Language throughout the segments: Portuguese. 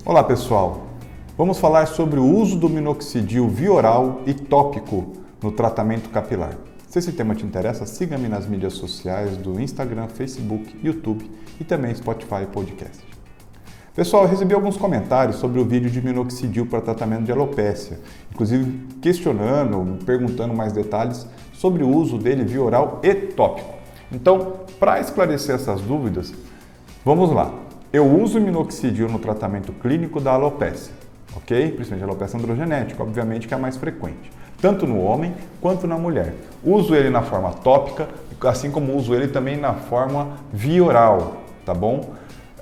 Olá pessoal, vamos falar sobre o uso do minoxidil via oral e tópico no tratamento capilar. Se esse tema te interessa, siga-me nas mídias sociais do Instagram, Facebook, YouTube e também Spotify Podcast. Pessoal, eu recebi alguns comentários sobre o vídeo de minoxidil para tratamento de alopécia, inclusive questionando, perguntando mais detalhes sobre o uso dele via oral e tópico. Então, para esclarecer essas dúvidas, vamos lá. Eu uso minoxidil no tratamento clínico da alopécia, ok? Principalmente a alopécia androgenética, obviamente que é a mais frequente, tanto no homem quanto na mulher. Uso ele na forma tópica, assim como uso ele também na forma via oral, tá bom?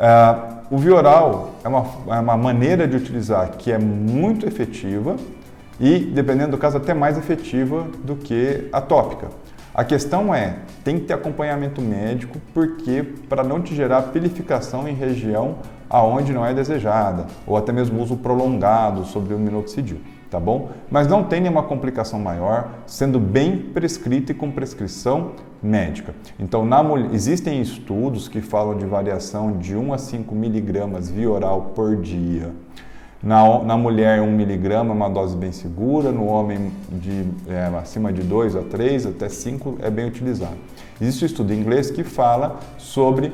O via oral é uma maneira de utilizar que é muito efetiva e, dependendo do caso, até mais efetiva do que a tópica. A questão tem que ter acompanhamento médico, porque para não te gerar pilificação em região aonde não é desejada, ou até mesmo uso prolongado sobre o minoxidil, tá bom? Mas não tem nenhuma complicação maior, sendo bem prescrita e com prescrição médica. Então, existem estudos que falam de variação de 1 a 5 miligramas via oral por dia. Na mulher, 1 miligrama é uma dose bem segura, no homem acima de 2 a 3, até 5 é bem utilizado. Existe um estudo em inglês que fala sobre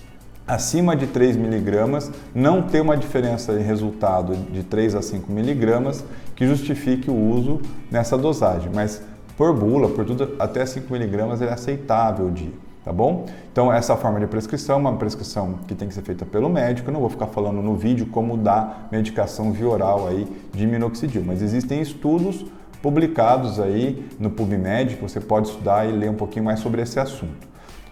acima de 3 miligramas não ter uma diferença em resultado de 3 a 5 miligramas que justifique o uso nessa dosagem, mas por bula, por tudo, até 5 miligramas é aceitável o dia. Tá bom? Então, essa forma de prescrição é uma prescrição que tem que ser feita pelo médico. Eu não vou ficar falando no vídeo como dar medicação via oral aí de minoxidil, mas existem estudos publicados aí no PubMed que você pode estudar e ler um pouquinho mais sobre esse assunto.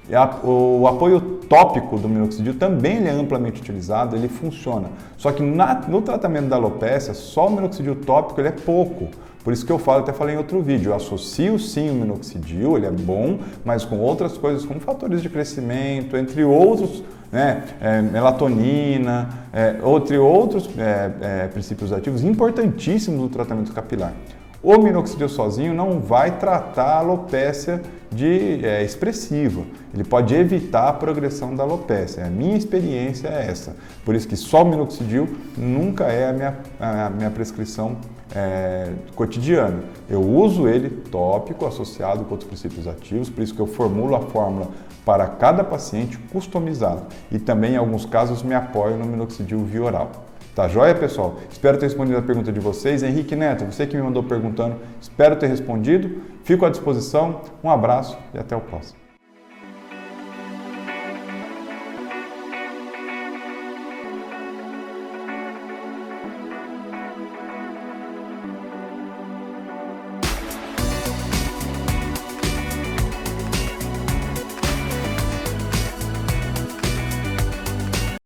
O apoio tópico do minoxidil também ele é amplamente utilizado, ele funciona. Só que no tratamento da alopécia, só o minoxidil tópico ele é pouco. Por isso que eu até falei em outro vídeo, eu associo sim o minoxidil, ele é bom, mas com outras coisas como fatores de crescimento, entre outros, melatonina, entre outros princípios ativos importantíssimos no tratamento capilar. O minoxidil sozinho não vai tratar a alopécia expressiva, ele pode evitar a progressão da alopécia. A minha experiência é essa, por isso que só o minoxidil nunca é a minha prescrição cotidiana. Eu uso ele tópico associado com outros princípios ativos, por isso que eu formulo a fórmula para cada paciente customizado e também em alguns casos me apoio no minoxidil via oral. Tá joia, pessoal? Espero ter respondido a pergunta de vocês. Henrique Neto, você que me mandou perguntando, espero ter respondido. Fico à disposição. Um abraço e até o próximo.